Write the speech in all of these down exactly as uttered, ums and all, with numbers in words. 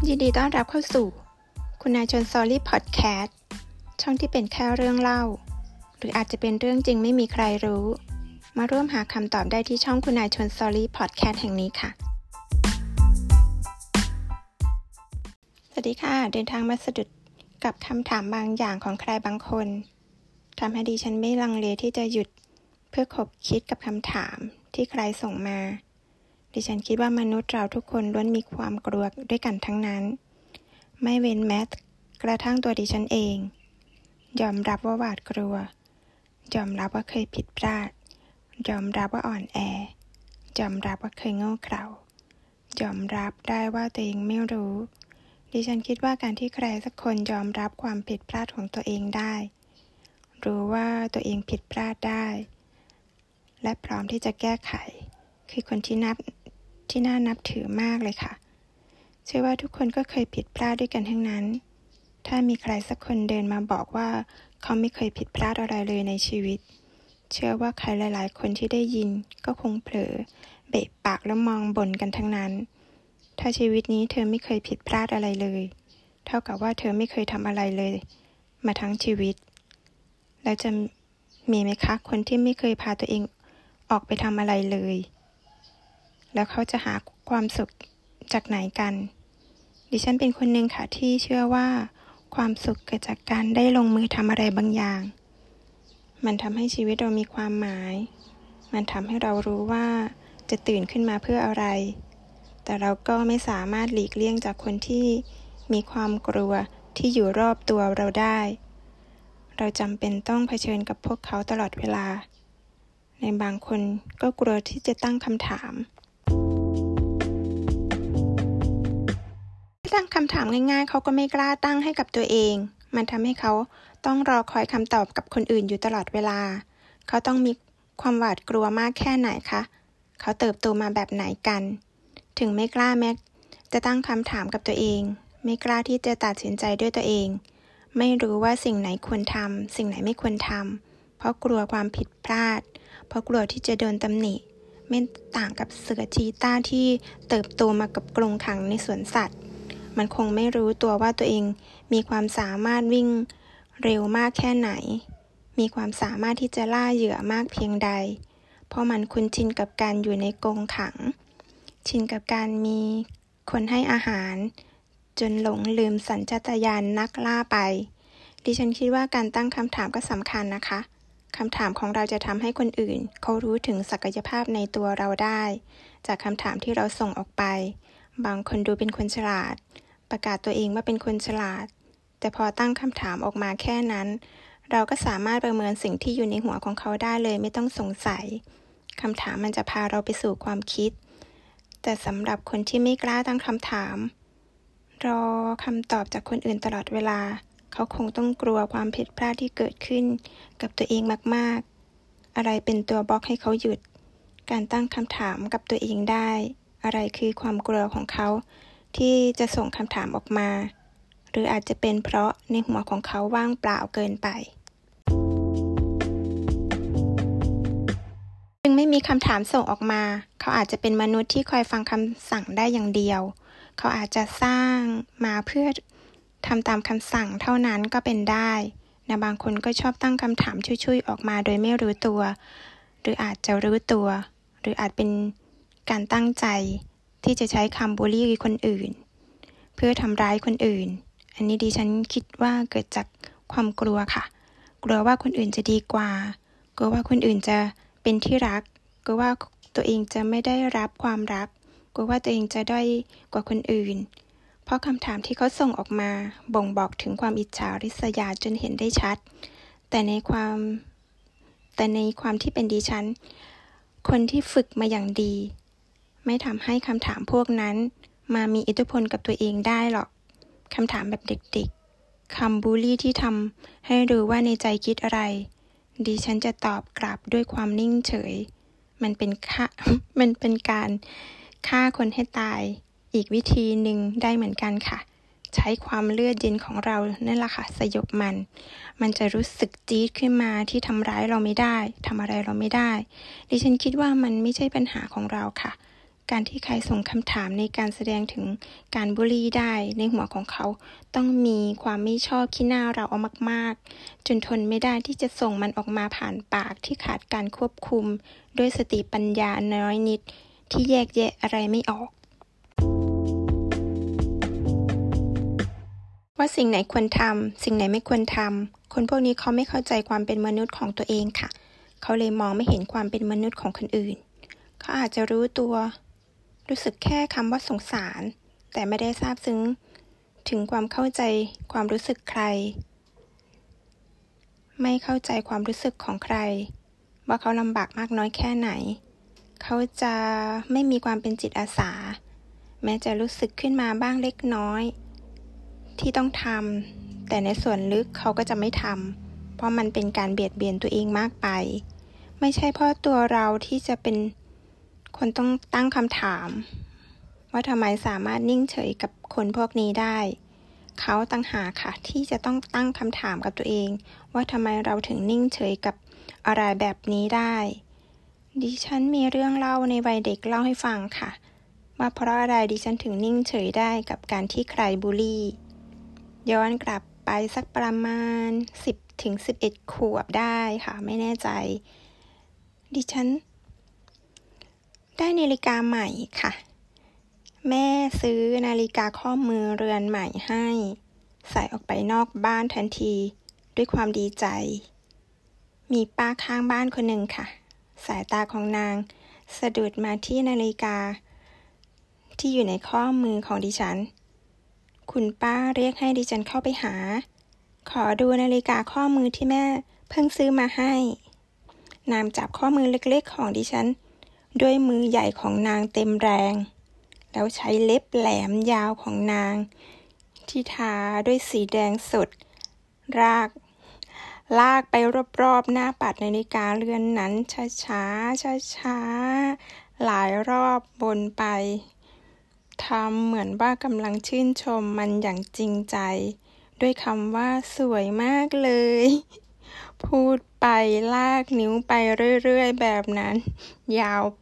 ยินดีต้อนรับเข้าสู่คุณนายชนสตอรี่พอดแคสต์ช่องที่เป็นแค่เรื่องเล่าหรืออาจจะเป็นเรื่องจริงไม่มีใครรู้มาร่วมหาคำตอบได้ที่ช่องคุณนายชนสตอรี่พอดแคสต์แห่งนี้ค่ะสวัสดีค่ะเดินทางมาสะดุดกับคำถามบางอย่างของใครบางคนทำให้ดิฉันไม่ลังเลที่จะหยุดเพื่อคบคิดกับคำถามที่ใครส่งมาดิฉันคิดว่ามนุษย์เราทุกคนล้วนมีความกลัวด้วยกันทั้งนั้นไม่เว้นแม้กระทั่งตัวดิฉันเองยอมรับว่าหวาดกลัวยอมรับว่าเคยผิดพลาดยอมรับว่าอ่อนแอยอมรับว่าเคยโง่เขลายอมรับได้ว่าตัวเองไม่รู้ดิฉันคิดว่าการที่ใครสักคนยอมรับความผิดพลาดของตัวเองได้รู้ว่าตัวเองผิดพลาดได้และพร้อมที่จะแก้ไขคือคนที่นับที่น่านับถือมากเลยค่ะเชื่อว่าทุกคนก็เคยผิดพลาดด้วยกันทั้งนั้นถ้ามีใครสักคนเดินมาบอกว่าเขาไม่เคยผิดพลาดอะไรเลยในชีวิตเชื่อว่าใครหลายๆคนที่ได้ยินก็คงเผลอเบะปากแล้วมองบนกันทั้งนั้นถ้าชีวิตนี้เธอไม่เคยผิดพลาดอะไรเลยเท่ากับว่าเธอไม่เคยทำอะไรเลยมาทั้งชีวิตแล้วจะมีไหมคะคนที่ไม่เคยพาตัวเองออกไปทำอะไรเลยแล้วเขาจะหาความสุขจากไหนกันดิฉันเป็นคนหนึ่งค่ะที่เชื่อว่าความสุขเกิดจากการได้ลงมือทำอะไรบางอย่างมันทำให้ชีวิตเรามีความหมายมันทำให้เรารู้ว่าจะตื่นขึ้นมาเพื่ออะไรแต่เราก็ไม่สามารถหลีกเลี่ยงจากคนที่มีความกลัวที่อยู่รอบตัวเราได้เราจำเป็นต้องเผชิญกับพวกเขาตลอดเวลาในบางคนก็กลัวที่จะตั้งคำถามตั้งคำถามง่ายๆเขาก็ไม่กล้าตั้งให้กับตัวเองมันทำให้เขาต้องรอคอยคำตอบกับคนอื่นอยู่ตลอดเวลาเขาต้องมีความหวาดกลัวมากแค่ไหนคะเขาเติบโตมาแบบไหนกันถึงไม่กล้าแม้จะตั้งคำถามกับตัวเองไม่กล้าที่จะตัดสินใจด้วยตัวเองไม่รู้ว่าสิ่งไหนควรทำสิ่งไหนไม่ควรทำเพราะกลัวความผิดพลาดเพราะกลัวที่จะโดนตำหนิไม่ต่างกับเสือชีต้าที่เติบโตมากับกรงขังในสวนสัตว์มันคงไม่รู้ตัวว่าตัวเองมีความสามารถวิ่งเร็วมากแค่ไหนมีความสามารถที่จะล่าเหยื่อมากเพียงใดเพราะมันคุ้นชินกับการอยู่ในกรงขังชินกับการมีคนให้อาหารจนหลงลืมสัญชาตญาณนักล่าไปดิฉันคิดว่าการตั้งคำถามก็สำคัญนะคะคำถามของเราจะทำให้คนอื่นเขารู้ถึงศักยภาพในตัวเราได้จากคำถามที่เราส่งออกไปบางคนดูเป็นคนฉลาดประกาศตัวเองว่าเป็นคนฉลาดแต่พอตั้งคำถามออกมาแค่นั้นเราก็สามารถประเมินสิ่งที่อยู่ในหัวของเขาได้เลยไม่ต้องสงสัยคำถามมันจะพาเราไปสู่ความคิดแต่สำหรับคนที่ไม่กล้าตั้งคำถามรอคำตอบจากคนอื่นตลอดเวลาเขาคงต้องกลัวความผิดพลาดที่เกิดขึ้นกับตัวเองมากๆอะไรเป็นตัวบล็อกให้เขาหยุดการตั้งคำถามกับตัวเองได้อะไรคือความกลัวของเขาที่จะส่งคำถามออกมาหรืออาจจะเป็นเพราะในหัวของเขาว่างเปล่าเกินไปจึงไม่มีคำถามส่งออกมาเขาอาจจะเป็นมนุษย์ที่คอยฟังคำสั่งได้อย่างเดียวเขาอาจจะสร้างมาเพื่อทำตามคำสั่งเท่านั้นก็เป็นได้นะบางคนก็ชอบตั้งคำถามชุยๆออกมาโดยไม่รู้ตัวหรืออาจจะรู้ตัวหรืออาจเป็นการตั้งใจที่จะใช้คำบูลลี่คนอื่นเพื่อทำร้ายคนอื่นอันนี้ดิฉันคิดว่าเกิดจากความกลัวค่ะกลัวว่าคนอื่นจะดีกว่ากลัวว่าคนอื่นจะเป็นที่รักกลัวว่าตัวเองจะไม่ได้รับความรักกลัวว่าตัวเองจะด้อยกว่าคนอื่นเพราะคำถามที่เขาส่งออกมาบ่งบอกถึงความอิจฉาริษยาจนเห็นได้ชัดแต่ในความแต่ในความที่เป็นดิฉันคนที่ฝึกมาอย่างดีไม่ทำให้คำถามพวกนั้นมามีอิทธิพลกับตัวเองได้หรอกคำถามแบบเด็กๆคำบูลลี่ที่ทำให้รู้ว่าในใจคิดอะไรดิฉันจะตอบกลับด้วยความนิ่งเฉยมันเป็นค่า มันเป็นการฆ่าคนให้ตายอีกวิธีหนึ่งได้เหมือนกันค่ะใช้ความเลือดเย็นของเรานั่นแหละค่ะสยบมันมันจะรู้สึกจี๊ดขึ้นมาที่ทำร้ายเราไม่ได้ทำอะไรเราไม่ได้ดิฉันคิดว่ามันไม่ใช่ปัญหาของเราค่ะการที่ใครส่งคำถามในการแสดงถึงการบูลลี่ได้ในหัวของเขาต้องมีความไม่ชอบขี้หน้าเราเอามากๆจนทนไม่ได้ที่จะส่งมันออกมาผ่านปากที่ขาดการควบคุมด้วยสติปัญญาน้อยนิดที่แยกแยะอะไรไม่ออกว่าสิ่งไหนควรทำสิ่งไหนไม่ควรทำคนพวกนี้เขาไม่เข้าใจความเป็นมนุษย์ของตัวเองค่ะเขาเลยมองไม่เห็นความเป็นมนุษย์ของคนอื่นเขาอาจจะรู้ตัวรู้สึกแค่คำว่าสงสารแต่ไม่ได้ซาบซึ้งถึงความเข้าใจความรู้สึกใครไม่เข้าใจความรู้สึกของใครว่าเขาลำบากมากน้อยแค่ไหนเขาจะไม่มีความเป็นจิตอาสาแม้จะรู้สึกขึ้นมาบ้างเล็กน้อยที่ต้องทำแต่ในส่วนลึกเขาก็จะไม่ทำเพราะมันเป็นการเบียดเบียนตัวเองมากไปไม่ใช่เพราะตัวเราที่จะเป็นคนต้องตั้งคำถามว่าทำไมสามารถนิ่งเฉยกับคนพวกนี้ได้เขาต่างหากค่ะที่จะต้องตั้งคำถามกับตัวเองว่าทำไมเราถึงนิ่งเฉยกับอะไรแบบนี้ได้ดิฉันมีเรื่องเล่าในวัยเด็กเล่าให้ฟังค่ะว่าเพราะอะไรดิฉันถึงนิ่งเฉยได้กับการที่ใครบูลลี่ย้อนกลับไปสักประมาณสิบถึงสิบเอ็ดขวบได้ค่ะไม่แน่ใจดิฉันได้นาฬิกาใหม่ค่ะแม่ซื้อนาฬิกาข้อมือเรือนใหม่ให้ใส่ออกไปนอกบ้านทันทีด้วยความดีใจมีป้าข้างบ้านคนหนึ่งค่ะสายตาของนางสะดุดมาที่นาฬิกาที่อยู่ในข้อมือของดิฉันคุณป้าเรียกให้ดิฉันเข้าไปหาขอดูนาฬิกาข้อมือที่แม่เพิ่งซื้อมาให้นางจับข้อมือเล็กๆของดิฉันด้วยมือใหญ่ของนางเต็มแรงแล้วใช้เล็บแหลมยาวของนางที่ทาด้วยสีแดงสดรากลากไปรอบๆหน้าปัดนาฬิกาเรือนนั้นช้าๆช้าๆหลายรอบวนไปทำเหมือนว่ากำลังชื่นชมมันอย่างจริงใจด้วยคำว่าสวยมากเลยพูดไปลากนิ้วไปเรื่อยๆแบบนั้นยาวไป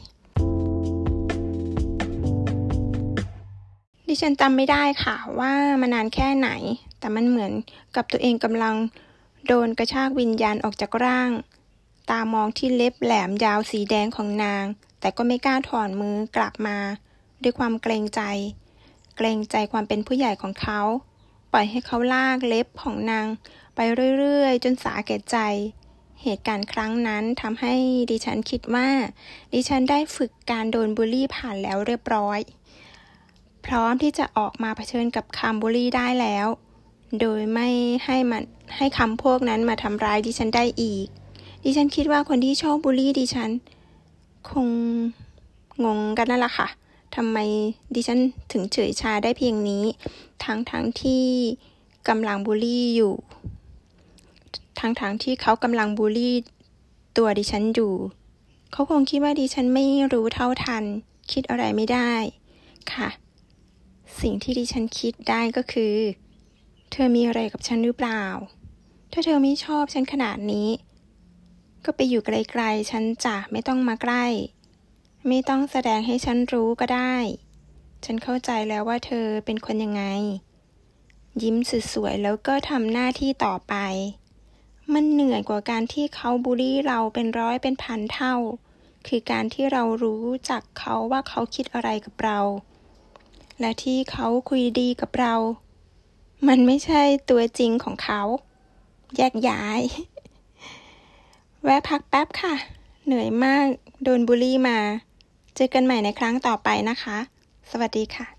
ดิฉันจำไม่ได้ค่ะว่ามานานแค่ไหนแต่มันเหมือนกับตัวเองกำลังโดนกระชากวิญญาณออกจากร่างตามองที่เล็บแหลมยาวสีแดงของนางแต่ก็ไม่กล้าถอนมือกลับมาด้วยความเกรงใจเกรงใจความเป็นผู้ใหญ่ของเขาปล่อยให้เขาลากเล็บของนางไปเรื่อยๆจนสาแก่ใจเหตุการณ์ครั้งนั้นทำให้ดิฉันคิดว่าดิฉันได้ฝึกการโดนบูลลี่ผ่านแล้วเรียบร้อยพร้อมที่จะออกมาเผชิญกับคำบูลลี่ได้แล้วโดยไม่ให้มันให้คำพวกนั้นมาทำร้ายดิฉันได้อีกดิฉันคิดว่าคนที่ชอบบูลลี่ดิฉันคงงงกันนั่นแหละค่ะทำไมดิฉันถึงเฉยชาได้เพียงนี้ทั้งทั้งที่กำลังบูลลี่อยู่ทั้งทั้งที่เขากำลังบูลลี่ตัวดิฉันอยู่เขาคงคิดว่าดิฉันไม่รู้เท่าทันคิดอะไรไม่ได้ค่ะสิ่งที่ดิฉันคิดได้ก็คือเธอมีอะไรกับฉันหรือเปล่าถ้าเธอไม่ชอบฉันขนาดนี้ก็ไปอยู่ไกลๆฉันจ้ะไม่ต้องมาใกล้ไม่ต้องแสดงให้ฉันรู้ก็ได้ฉันเข้าใจแล้วว่าเธอเป็นคนยังไงยิ้มสวยๆแล้วก็ทำหน้าที่ต่อไปมันเหนื่อยกว่าการที่เขาบูลลี่เราเป็นร้อยเป็นพันเท่าคือการที่เรารู้จักเขาว่าเขาคิดอะไรกับเราและที่เขาคุยดีกับเรามันไม่ใช่ตัวจริงของเขาแยกย้ายแวะพักแป๊บค่ะเหนื่อยมากโดนบูลลี่มาเจอกันใหม่ในครั้งต่อไปนะคะสวัสดีค่ะ